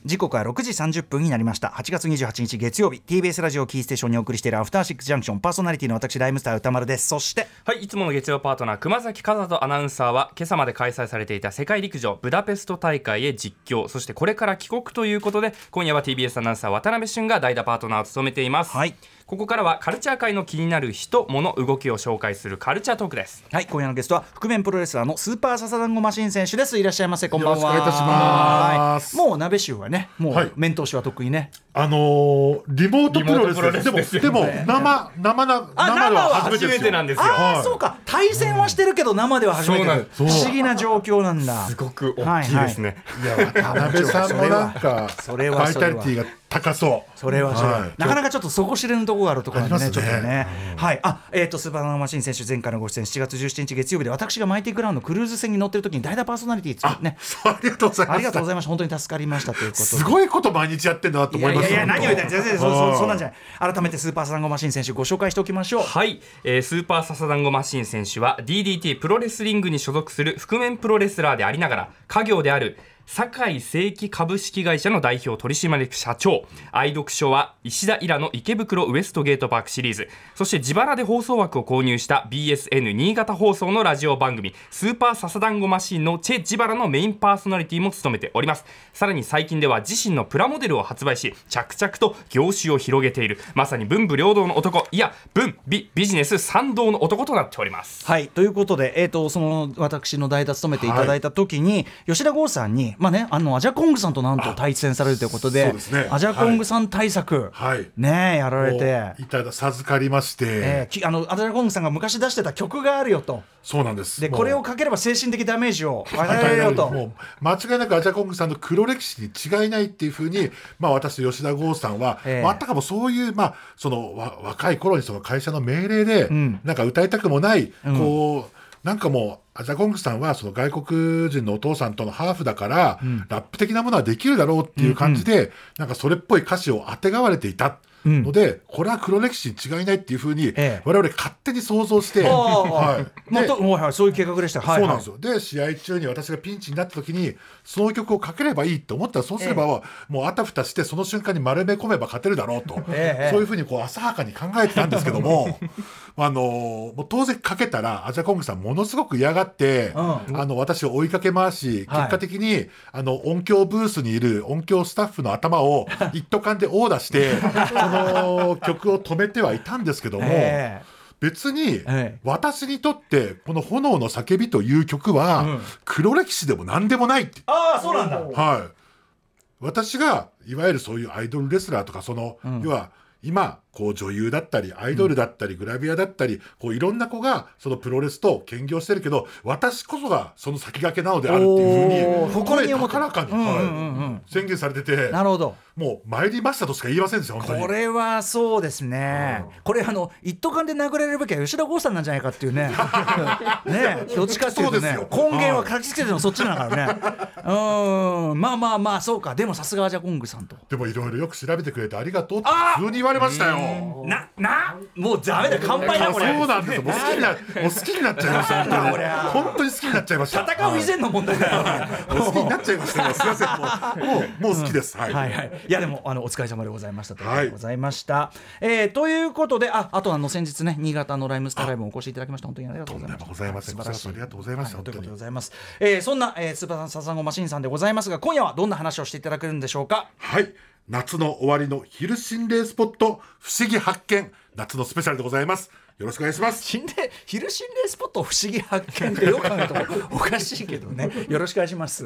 時刻は6時30分になりました。8月28日月曜日、 TBS ラジオキーステーションにお送りしているアフターシックスジャンクション、パーソナリティの私ライムスター歌丸です。そしてはい、いつもの月曜パートナー熊崎和人アナウンサーは今朝まで開催されていた世界陸上ブダペスト大会へ実況、そしてこれから帰国ということで、今夜は TBS アナウンサー渡辺俊が代打パートナーを務めています。はい、ここからはカルチャー界の気になる人物動きを紹介するカルチャートークです。 はい、今夜のゲストは覆面プロレスラーのスーパーササダンゴマシン選手です。いらっしゃいませ。こんばんは。 よろしくお願いいたします。 もう鍋州はね、もう面通しは得意ね。 リモートプロレスです。でも生では初めてなんですよ。 そうか、対戦はしてるけど生では初めて。不思議な状況なんだ。 すごく大きいですね。 いや、渡辺さんもなんかバイタリティが高そう。 それはなかなかちょっと底知れぬところがあるところなんでね、ちょっとね。はい、スーパーナーマシン選手、前回のご出演7月17日月曜日で、私がマイティグラウンドクルーズ船に乗ってる時に代打パーソナリティね。 ありがとうございました。 ありがとうございました。本当に助かりましたということで。 すごいこと毎日やってんだなと思います。 いや何を言ったんですか。そんなんじゃない。改めてスーパーササダンゴマシン選手ご紹介しておきましょう。 はい、スーパーササダンゴマシン選手は DDT プロレスリングに所属する覆面プロレスラーでありながら、家業である堺正規株式会社の代表取締役社長、愛読書は石田イラの池袋ウエストゲートパークシリーズ、そして自腹で放送枠を購入した BSN 新潟放送のラジオ番組スーパーササダンゴマシンのチェ・ジバラのメインパーソナリティも務めております。さらに最近では自身のプラモデルを発売し、着々と業種を広げている、まさに文武両道の男、いや文美ビジネス賛同の男となっております。 はい、ということで、その私の代打務めていただいた時に、吉田剛さんにアジャコングさんとなんと対戦されるということで、アジャコングさん対策、ね、やられて授かりまして、 アジャコングさんが昔出してた曲があるよと。 そうなんです。 でこれをかければ精神的ダメージを与えられるよと。 もう間違いなくアジャコングさんの黒歴史に違いないっていうふうに、私と吉田剛さんは、あったかもそういう、その若い頃にその会社の命令で、なんか歌いたくもない、なんかもうアジャコングさんはその外国人のお父さんとのハーフだから、ラップ的なものはできるだろうっていう感じで、なんかそれっぽい歌詞をあてがわれていたので、これは黒歴史に違いないっていうふうに我々勝手に想像して、 そういう計画でした。 そうなんですよ。で試合中に私がピンチになった時にその曲をかければいいと思ったら、そうすればもうあたふたしてその瞬間に丸め込めば勝てるだろうと、そういうふうに浅はかに考えてたんですけどももう当然かけたらアジャコングさんものすごく嫌がって、私を追いかけ回し、結果的に音響ブースにいる音響スタッフの頭を一斗缶で殴打してその曲を止めてはいたんですけども、別に私にとってこの炎の叫びという曲は黒歴史でも何でもないって。 そうなんだ。 はい、私がいわゆるそういうアイドルレスラーとか、その、要は今女優だったりアイドルだったりグラビアだったりいろんな子がそのプロレスと兼業してるけど、私こそがその先駆けなのであるっていうふうに声高らかに宣言されてて、 なるほど、 もう参りましたとしか言いませんでした。本当にこれはそうですね、これ一斗缶で殴られるべきは吉田剛さんなんじゃないかっていうねね、どっちかっていうとね、根源は書きつけてるのそっちなんだからね。そうか。でもさすがアジャコングさんと。 でもいろいろよく調べてくれてありがとうって普通に言われましたよ。 もうダメだ、乾杯だこれ。 そうなんですよ。もう好きになっちゃいました本当に好きになっちゃいました。 戦う以前の問題だよ好きになっちゃいました。すいません、もう好きです。 いやでもお疲れ様でございましたということでございました。ということで、あと先日ね、新潟のライムスターライブもお越しいただきました本当にありがとうございます。 素晴らしい、ありがとうございました。 ということでございます。そんなスーパーササダンゴマシンさんでございますが、今夜はどんな話をしていただけるんでしょうか。 はい、夏の終わりの昼心霊スポット不思議発見、夏のスペシャルでございます。よろしくお願いします。 昼心霊スポット不思議発見ってよく考えたらおかしいけどね。よろしくお願いします。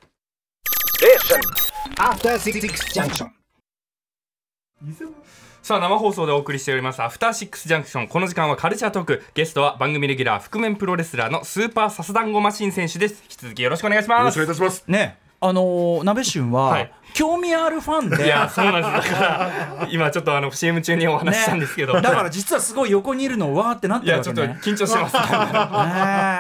さあ、生放送でお送りしておりますアフターシックスジャンクション。この時間はカルチャートーク、ゲストは番組レギュラー覆面プロレスラーのスーパーササダンゴマシン選手です。引き続きよろしくお願いします。 よろしくお願いいたしますね。鍋旬は、興味あるファンで、 いやそうなんです。だから今ちょっとCM 中にお話ししたんですけど、 だから実はすごい横にいるのわーってなってるわけね。 いやちょっと緊張してます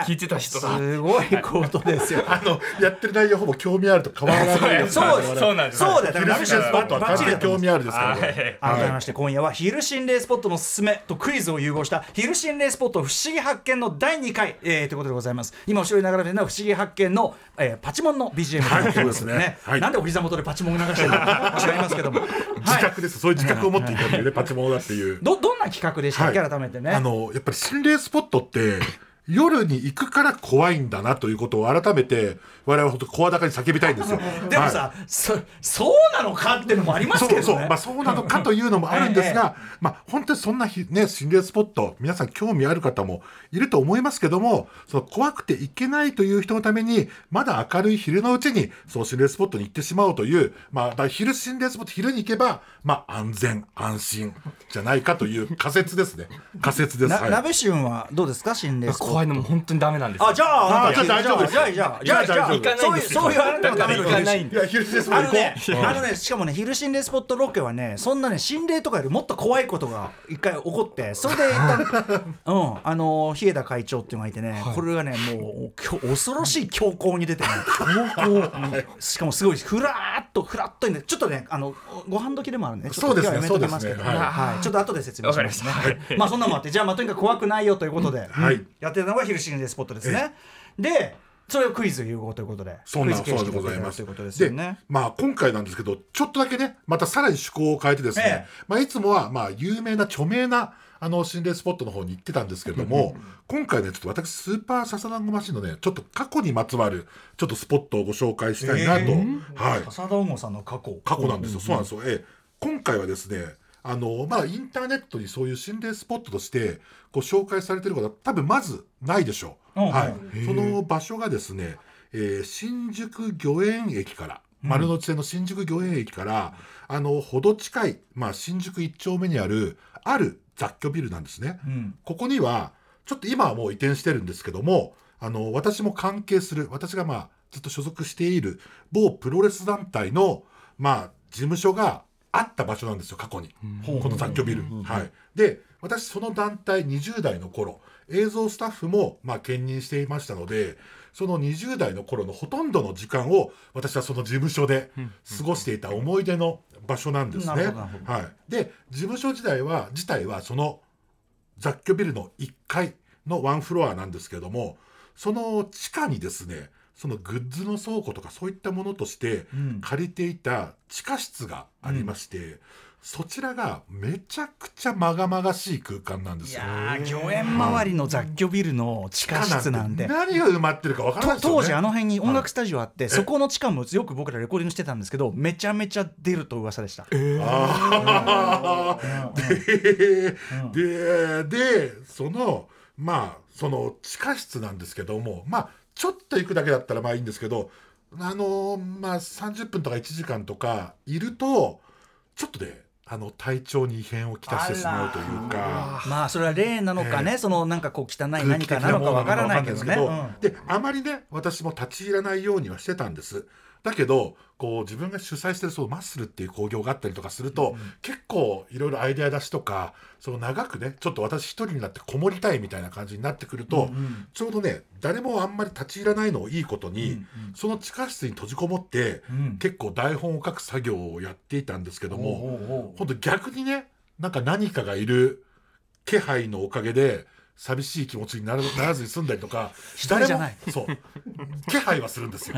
聞いてた人だ。 すごいことですよ。 やってる内容ほぼ興味あると変わらないですそうです、 そうなんです。 そうだよ。だから昼心霊スポットは完全に興味あるですからはい改めまして今夜は昼心霊スポットのすすめとクイズを融合した昼心霊スポット不思議発見の第2回、ということでございます。今後ろに流れてるのは不思議発見の、パチモンの BGM ということですね、なんでお膝元でパチモン流してるのか違いますけども、 自覚です、そういう自覚を持っていただいてね、パチモンだっていう。 どんな企画でしたっけ、改めてね。 やっぱり心霊スポットって夜に行くから怖いんだなということを改めて我々は本当声高に叫びたいんですよ。 でもさ、そうなのかっていうのもありますけどね。 そうなのかというのもあるんですが、本当にそんな心霊スポット皆さん興味ある方もいると思いますけども、その怖くて行けないという人のためにまだ明るい昼のうちにその心霊スポットに行ってしまおうという、昼心霊スポット昼に行けば安全安心じゃないかという仮説ですね。仮説です。 鍋旬はどうですか、心霊スポット。 怖いのも本当にダメなんですよ。 じゃあ大丈夫です。 じゃあ行かないんですよ。 そういうあなたのために行かないんで。 いや昼心霊スポット行こう。 しかもね、昼心霊スポットロケはね、そんなね心霊とかよりもっと怖いことが一回起こって、それで一旦日枝会長っていうのがいてね、これがねもう恐ろしい強行に出てね、しかもすごいフラッとね、ちょっとねご飯時でもあるんで、ちょっと今日はやめときますけど、ちょっと後で説明しますね。そんなのもあって、じゃあとにかく怖くないよということでやってるのが昼心霊スポットですね。でそれをクイズ融合ということで、 そうでございます。で、今回なんですけど、ちょっとだけね、またさらに趣向を変えてですね、いつもは有名な著名な心霊スポットの方に行ってたんですけれども、今回ねちょっと私スーパーササダンゴマシンのねちょっと過去にまつわるちょっとスポットをご紹介したいなと。 ササダンゴさんの過去なんですよ。そうなんですよ。今回はですね、インターネットにそういう心霊スポットとして紹介されていることは多分まずないでしょう。その場所がですね、新宿御苑駅から丸の内線の新宿御苑駅からほど近い、新宿1丁目にあるある雑居ビルなんですね。ここにはちょっと今はもう移転してるんですけども、私も関係する、私がずっと所属している某プロレス団体の事務所があった場所なんですよ、過去に。この雑居ビル。で、私その団体20代の頃、映像スタッフも兼任していましたので、その20代の頃のほとんどの時間を私はその事務所で過ごしていた思い出の場所なんですね。で、事務所自体はその雑居ビルの1階のワンフロアなんですけれども、その地下にですね、そのグッズの倉庫とかそういったものとして借りていた地下室がありまして、そちらがめちゃくちゃまがまがしい空間なんですよ。 御苑周りの雑居ビルの地下室なんで、 何が埋まってるか分からないですよね。 当時あの辺に音楽スタジオあって、そこの地下もよく僕らレコーディングしてたんですけど、めちゃめちゃ出ると噂でした。でその地下室なんですけども、ちょっと行くだけだったらいいんですけど、30分とか1時間とかいるとちょっとね体調に異変をきたしてしまうというか、 それは例なのかね、そのなんか汚い何かなのかわからないけどね。 であまりね私も立ち入らないようにはしてたんです。だけど自分が主催してるマッスルっていう興行があったりとかすると、結構いろいろアイデア出しとか長くねちょっと私一人になってこもりたいみたいな感じになってくると、ちょうどね誰もあんまり立ち入らないのをいいことに、その地下室に閉じこもって、結構台本を書く作業をやっていたんですけども、本当逆にね何かがいる気配のおかげで寂しい気持ちにならずに済んだりとか、 誰じゃない気配はするんですよ。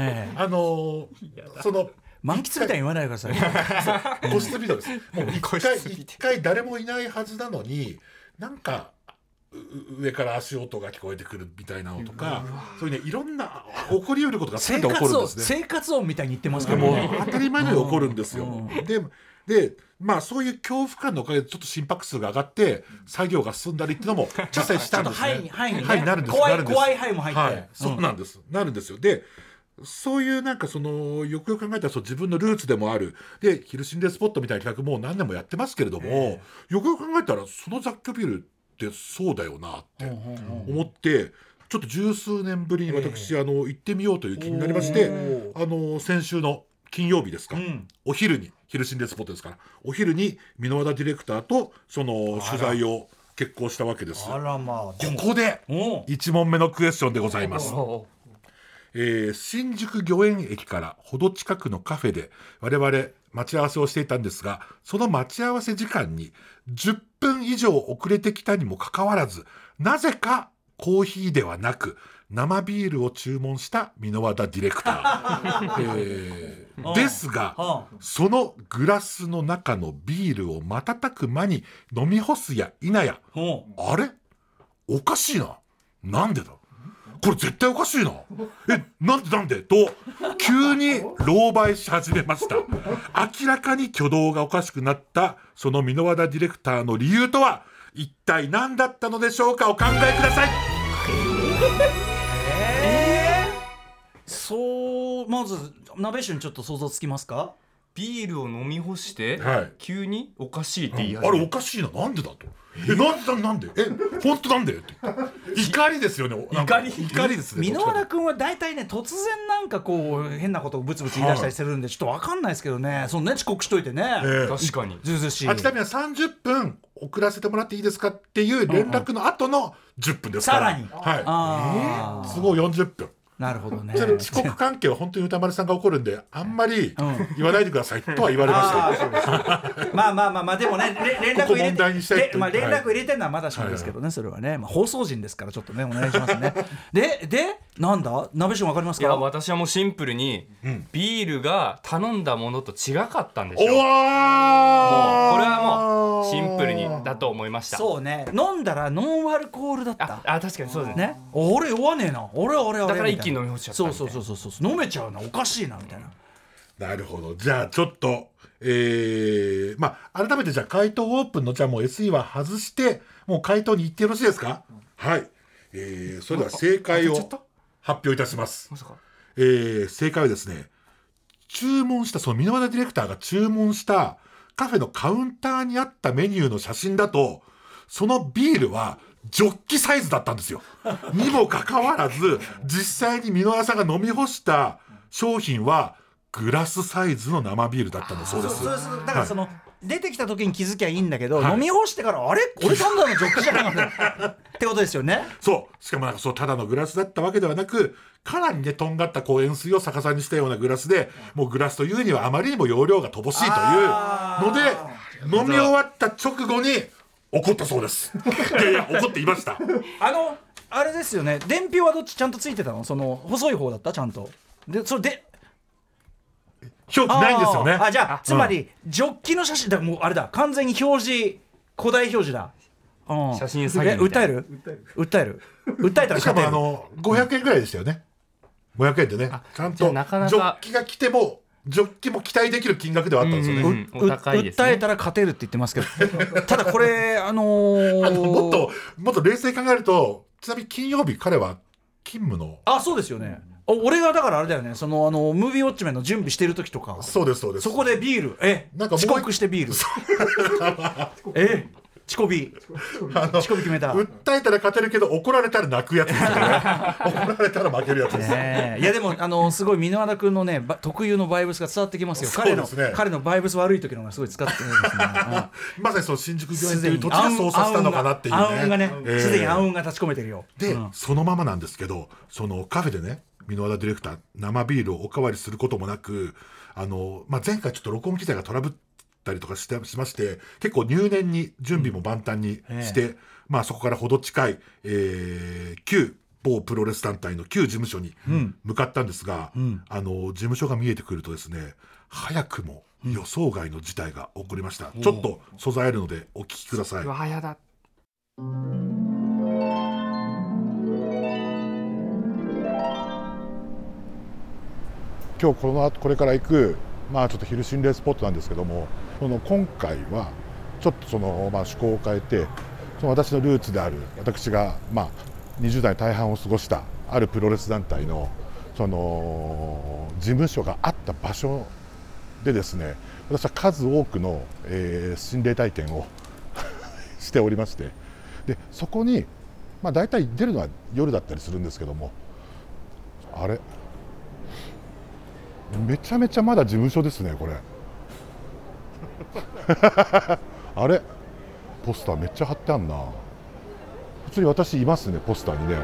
満喫みたいに言わないでください。 個室ビデオです。もう一回誰もいないはずなのになんか上から足音が聞こえてくるみたいなのとか、そういうねいろんな起こりうることが全て起こるんですね。 生活音みたいに言ってますけど、 もう当たり前のように起こるんですよ。でそういう恐怖感のおかげでちょっと心拍数が上がって作業が進んだりっていうのも実際したんですね。 範囲になるんです。 怖い範囲も入って、 そうなんです。なるんですよ。でそういうよくよく考えたら自分のルーツでもあるで昼心霊スポットみたいな企画もう何年もやってますけれども、よくよく考えたらその雑居ビルってそうだよなって思って、ちょっと十数年ぶりに私行ってみようという気になりまして、先週の金曜日ですか、昼心霊スポットですからお昼に箕輪田ディレクターとその取材を決行したわけです。 あらまあ、でもここで1問目のクエスチョンでございます。新宿御苑駅からほど近くのカフェで我々待ち合わせをしていたんですが、その待ち合わせ時間に10分以上遅れてきたにもかかわらず、なぜかコーヒーではなく生ビールを注文した箕輪田ディレクター、ですがそのグラスの中のビールを瞬く間に飲み干すや否や、あれおかしいな、なんでだこれ絶対おかしいな、なんでと急に狼狽し始めました。明らかに挙動がおかしくなったその箕輪田ディレクターの理由とは一体何だったのでしょうか。お考えください。 そう、まず鍋師にちょっと想像つきますか。 ビールを飲み干して、急におかしいって言い始めあれおかしいな、なんでだと、なんで本当なんでって怒りですよね。怒りですね。 箕輪田君は大体ね、突然なんかこう変なことをブツブツ言い出したりするんで、ちょっと分かんないですけどね、そのね、遅刻しといてね、 確かにずうずうしい。 ちなみに30分遅らせてもらっていいですかっていう連絡の後の10分ですから、はい、都合40分。 なるほどね。 遅刻関係は本当に歌丸さんが怒るんで、あんまり言わないでくださいとは言われました。 まあでもね、連絡入れて、連絡入れてるのはまだしもですけどね、それはね、放送陣ですからちょっとねお願いしますね。でなんだ、鍋師わかりますか。 いや、私はもうシンプルに、ビールが頼んだものと違かったんでしょう。もうこれはもうシンプルにだと思いました。 そうね、飲んだらノンアルコールだった。 確かにそうですね。俺酔わねえな、俺だから一気に飲み干しちゃった。 そう飲めちゃうな、おかしいなみたいな。 なるほど。じゃあちょっと改めてじゃあ回答オープンの、じゃあもう SE は外してもう回答に行ってよろしいですか。はい、それでは正解を発表いたします。正解はですね、注文したその箕輪田ディレクターが注文したカフェのカウンターにあったメニューの写真だと、そのビールはジョッキサイズだったんですよ。にもかかわらず実際に箕輪田さんが飲み干した商品はグラスサイズの生ビールだったんだそうです。 だからその、出てきた時に気づきゃいいんだけど、飲み干してからあれ俺頼んだのジョッキじゃなかったってことですよね。 そうしかもなんかそうただのグラスだったわけではなく、かなりねとんがったこう塩水を逆さにしたようなグラスで、もうグラスというにはあまりにも容量が乏しいというので、飲み終わった直後に怒ったそうです。いや怒っていました。 あれですよね、伝票はどっちちゃんとついてたの。その細い方だったちゃんと。でそれで表記ないんですよね。 じゃあつまり、ジョッキの写真だから、もうあれだ、完全に表示、古代表示だ。 写真詐欺みたいな。 訴えたらしかも500円ぐらいでしたよね。500円でね、ちゃんとジョッキが来てもジョッキも期待できる金額ではあったんですよね。 お高いですね。 訴えたら勝てるって言ってますけどただこれもっと冷静に考えると、ちなみに金曜日彼は勤務の、 そうですよね。俺がだからあれだよね、そのムービーウォッチメンの準備してる時とか、 そうですそこでビールなんか遅刻してビール遅刻決めた。 訴えたら勝てるけど怒られたら泣くやつですよね。怒られたら負けるやつです。 いやでもすごい箕輪田君のね特有のバイブスが伝わってきますよ。彼のバイブス悪い時のがすごい使ってるんですね。 まさにその新宿御苑という土地が操作したのかなっていうね。 暗雲がね、すでに暗雲が立ち込めてるよ。 で、そのままなんですけど、そのカフェでね、箕輪田ディレクター生ビールをおかわりすることもなく、前回ちょっと録音機材がトラブったりとかしまして、結構入念に準備も万端にして、そこからほど近い、旧某プロレス団体の旧事務所に向かったんですが、事務所が見えてくるとですね、早くも予想外の事態が起こりました。ちょっと素材あるのでお聞きください。 やだ。 今日これから行くちょっと昼心霊スポットなんですけども、今回はちょっと趣向を変えて、私のルーツである、私が20代大半を過ごしたあるプロレス団体の事務所があった場所でですね、私は数多くの、心霊体験をしておりまして、でそこに大体出るのは夜だったりするんですけども、あれめちゃめちゃまだ事務所ですねこれ。あれポスターめっちゃ貼ってあんな。普通に私いますね、ポスターにね。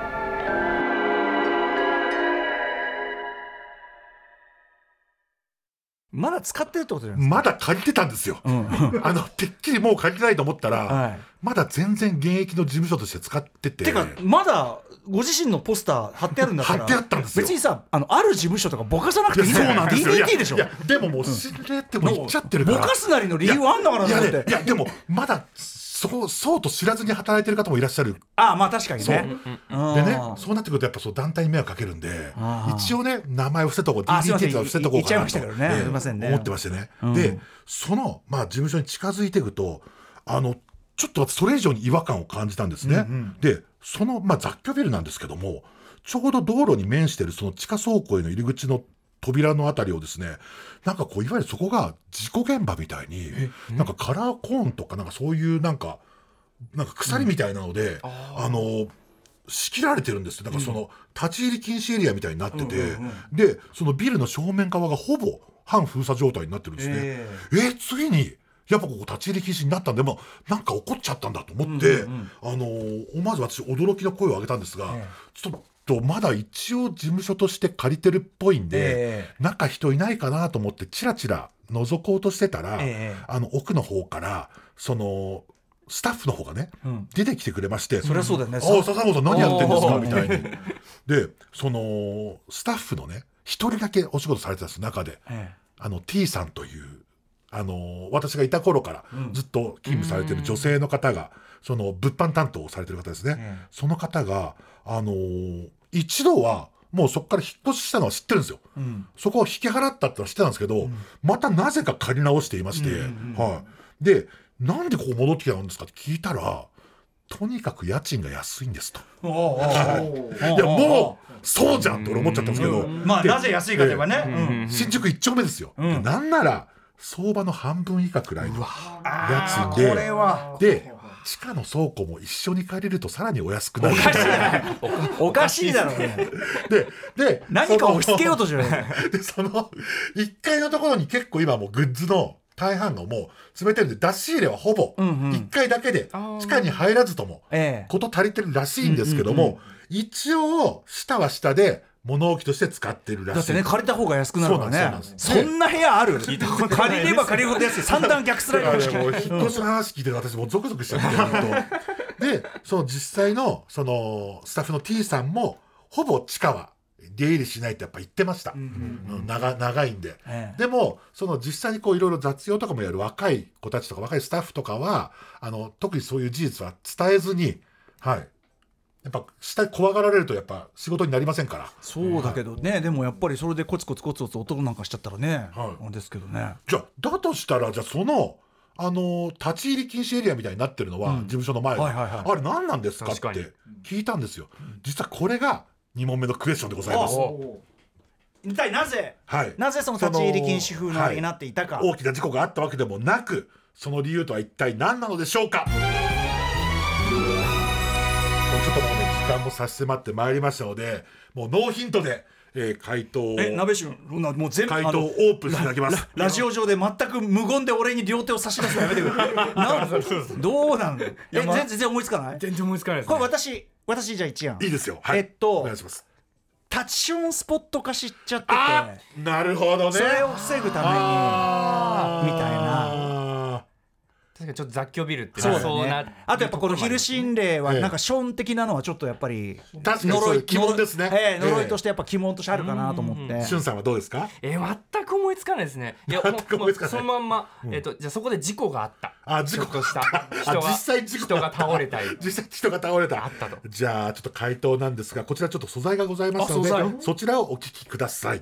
まだ使ってるってことじゃないですか。 まだ借りてたんですよ、てっきりもう借りてないと思ったら、 はい、 まだ全然現役の事務所として使ってて。 てかまだご自身のポスター貼ってあるんだったら貼ってあったんですよ。 別にさある事務所とかぼかさなくていいんだよ。 そうなんですよ。 DDT でしょ。 いやでももう心霊ってもう言っちゃってるから、 ぼかすなりの理由あんだからね。 いやでもまだそうと知らずに働いてる方もいらっしゃる。 まあ確かにね。 でね、そうなってくるとやっぱそう団体に迷惑かけるんで、一応ね名前を伏せとこう、 DDT は伏せとこうかなと思ってましてね。でその事務所に近づいていくとちょっとそれ以上に違和感を感じたんですね。でその雑居ビルなんですけども、ちょうど道路に面しているその地下倉庫への入り口の扉のあたりをですね、なんかこういわゆるそこが事故現場みたいになんかカラーコーンとかなんかそういうなんか鎖みたいなので、仕切られてるんですよ。だからその立ち入り禁止エリアみたいになってて、でそのビルの正面側がほぼ半封鎖状態になってるんですね。次にやっぱここ立ち入り禁止になったんで、なんか起こっちゃったんだと思って、思わず私驚きの声を上げたんですが、ちょっとまだ一応事務所として借りてるっぽいんで、中人いないかなと思ってチラチラ覗こうとしてたら、奥の方からそのスタッフの方がね、出てきてくれまして、 そりゃそうだよね。 笹本さん何やってんですかみたいに。でそのスタッフのね一人だけお仕事されてたんです中で、T さんという私がいた頃からずっと勤務されてる女性の方が、その物販担当をされてる方ですね。その方が一度はもうそこから引っ越ししたのは知ってるんですよ。そこを引き払ったってのは知ってたんですけど、またなぜか借り直していまして、でなんでここ戻ってきたんですかって聞いたら、とにかく家賃が安いんですと。いやもうそうじゃんって俺思っちゃったんですけど、 なぜ安いかといえばね、 新宿1丁目ですよ。なんなら相場の半分以下くらいの家賃で、 これはで地下の倉庫も一緒に借りるとさらにお安くなる。 おかしいだろうね。 で何か押し付けようとしてる。 でその1階のところに結構今もうグッズの大半がもう詰めてるんで、出し入れはほぼ1階だけで地下に入らずともこと足りてるらしいんですけども、一応下は下で物置として使ってるらしい。 だってね、借りた方が安くなるからね。そんな部屋ある？借りれば借りるほど安い。三段逆スライド方式。 引っ越しの話聞いて私もうゾクゾクしちゃってでその実際のそのスタッフの T さんもほぼ地下は出入りしないってやっぱ言ってました。長いんで、でもその実際にこういろいろ雑用とかもやる若い子たちとか若いスタッフとかは特にそういう事実は伝えずに、やっぱ下に怖がられるとやっぱ仕事になりませんから。 そうだけどね、でもやっぱりそれでコツコツ音なんかしちゃったらね、ですけどね。 じゃあだとしたら、じゃあその立ち入り禁止エリアみたいになってるのは、事務所の前で、あれ何なんですかって聞いたんですよ。実はこれが2問目のクエスチョンでございます。 一体なぜその立ち入り禁止風のあれになっていたか。 大きな事故があったわけでもなく、その理由とは一体何なのでしょうか。ちょっともうね時間も差し迫ってまいりましたので、もうノーヒントで、回答を鍋氏もう全部回答をオープンしていただきます。 ラジオ上で全く無言で俺に両手を差し出すのやめてくれ。どうなんだ。全然思いつかない。 全然思いつかないです、 これ私じゃあ一案いいですよ。お願いします。 タッチションスポット化しちゃってて、 なるほどね、 それを防ぐためにみたいな。 確かにちょっと雑居ビルってそうね。あとやっぱこの昼心霊はなんかショーン的なのはちょっとやっぱり確かにそういう鬼門ですね。 呪いとしてやっぱ鬼門としてあるかなと思って。 しゅんさんはどうですか。 全く思いつかないですね。いや全く思いつかない。 そのまんま、じゃあそこで事故があった。 事故した実際事故人が倒れたり実際人が倒れたあったと。 じゃあちょっと回答なんですが、こちらちょっと素材がございますので、そちらをお聞きください。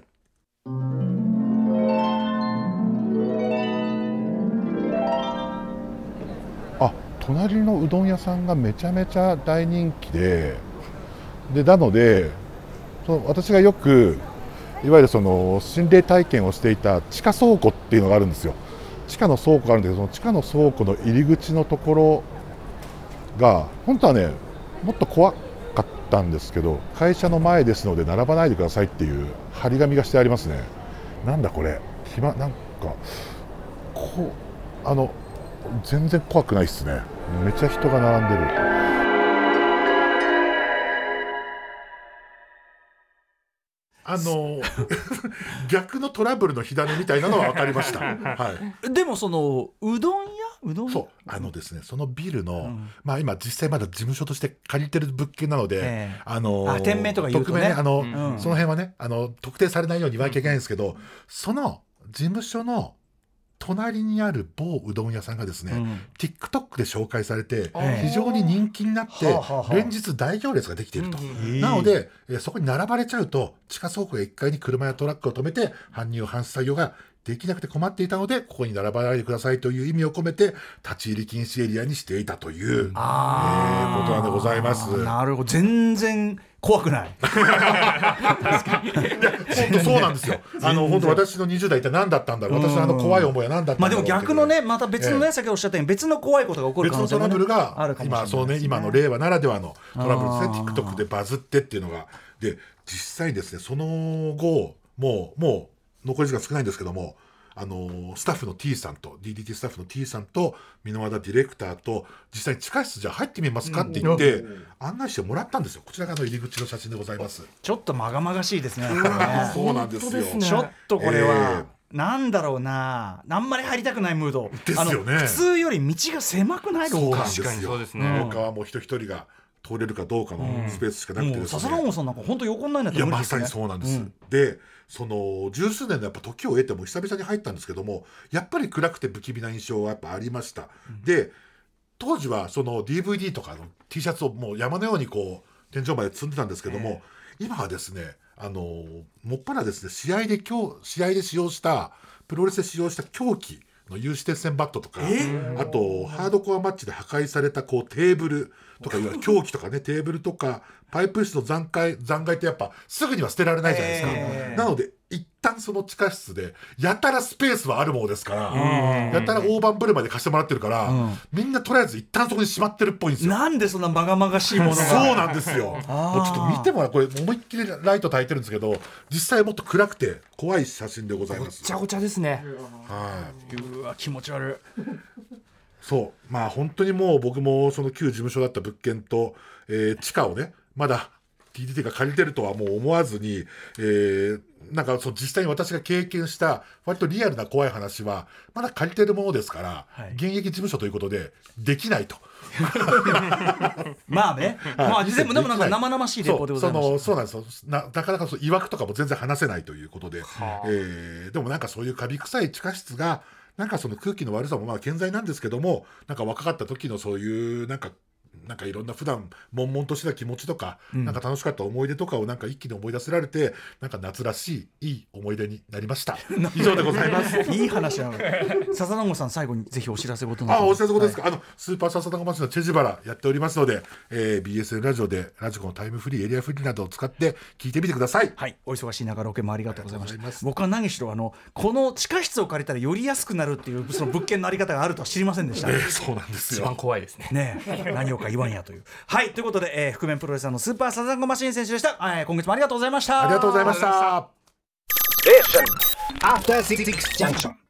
隣のうどん屋さんがめちゃめちゃ大人気でなので私がよくいわゆるその心霊体験をしていた地下倉庫っていうのがあるんですよ。地下の倉庫があるんだけど、その地下の倉庫の入り口のところが本当はねもっと怖かったんですけど、会社の前ですので並ばないでくださいっていう張り紙がしてありますね。なんだこれなんか全然怖くないっすね。めっちゃ人が並んでる。 逆のトラブルの火種みたいなのは分かりました。はい、 でもそのうどん屋そうですね、そのビルの、まあ今実際まだ事務所として借りてる物件なので、 店名とか言うとね、 匿名ね、その辺はね特定されないように言わなきゃいけないんですけど、その事務所の隣にある某うどん屋さんがですね、TikTok で紹介されて非常に人気になって連日大行列ができていると、なのでそこに並ばれちゃうと地下倉庫や1階に車やトラックを止めて搬入搬出作業ができなくて困っていたので、ここに並ばないでくださいという意味を込めて立ち入り禁止エリアにしていたという、ことなんでございます。 なるほど、全然怖くない。 本当そうなんですよ。本当私の20代って何だったんだろう、私の怖い思いは何だったんだろう。 まあでも逆のね、また別のね、先ほどおっしゃったように別の怖いことが起こる可能性も、ね、 別のトラブルがあるかもしれないですね。 今の令和ならではのトラブルですね。TikTok でバズってっていうのがで、実際ですね、その後もう残り時間少ないんですけども、スタッフの T さんと DDT スタッフの T さんと箕輪田ディレクターと実際に地下室じゃ入ってみますかって言って案内してもらったんですよ。こちらが入り口の写真でございます。 ちょっとまがまがしいですね。 そうなんですよ。 ちょっとこれは、なんだろうな、あんまり入りたくないムードですよね。 普通より道が狭くない？ そうなんですよ。 そうですね。 廊下はもう人一人が通れるかどうかのスペースしかなくてですね。 笹野さんなんか本当横にないんだって無理ですね。 まさにそうなんです。で、その十数年のやっぱ時を経ても久々に入ったんですけども、やっぱり暗くて不気味な印象はやっぱありました。で、当時はその DVD とかの T シャツをもう山のようにこう天井まで積んでたんですけども、今はですね、もっぱらですね、試合で使用したプロレスで使用した凶器の有刺鉄線バットとか、あとハードコアマッチで破壊されたこうテーブルとかいわゆる凶器とかね、テーブルとかパイプ室の残骸ってやっぱすぐには捨てられないじゃないですか。なので一旦その地下室でやたらスペースはあるものですから、やたら大盤振る舞いで貸してもらってるから、みんなとりあえず一旦そこにしまってるっぽいんですよ。 なんでそんなまがまがしいものが。 そうなんですよ。もうちょっと見てもらう、これ思いっきりライト焚いてるんですけど、実際もっと暗くて怖い写真でございます。 ごちゃごちゃですね。 うわ気持ち悪い。 そうまあ本当にもう僕もその旧事務所だった物件と、地下をねまだ TDT が借りてるとはもう思わずに、なんかそう実際に私が経験した割とリアルな怖い話はまだ借りてるものですから、現役事務所ということでできないと。 まあね、まあでもなんか生々しいレポートでございました。 そうなんですよ。なかなかそう曰くとかも全然話せないということで、でもなんかそういうカビ臭い地下室がなんかその空気の悪さもまあ健在なんですけども、なんか若かった時のそういうなんかいろんな普段悶々とした気持ちとか、なんか楽しかった思い出とかをなんか一気に思い出せられて、なんか夏らしいいい思い出になりました。以上でございます。 いい話なの。笹野さん最後にぜひお知らせ事など。お知らせ事ですか。スーパー笹野町のチェジバラやっておりますので、BSN ラジオでラジコのタイムフリーエリアフリーなどを使って聞いてみてください。 はい、お忙しい中ロケもありがとうございました。僕は何しろこの地下室を借りたらより安くなるっていうその物件のあり方があるとは知りませんでした。 そうなんですよ。 一番怖いですね。 何をか言わんやという。はい、ということで、覆面プロレスラーのスーパーサザンゴマシン選手でした。今月もありがとうございました。 ありがとうございました。 After 66 junction.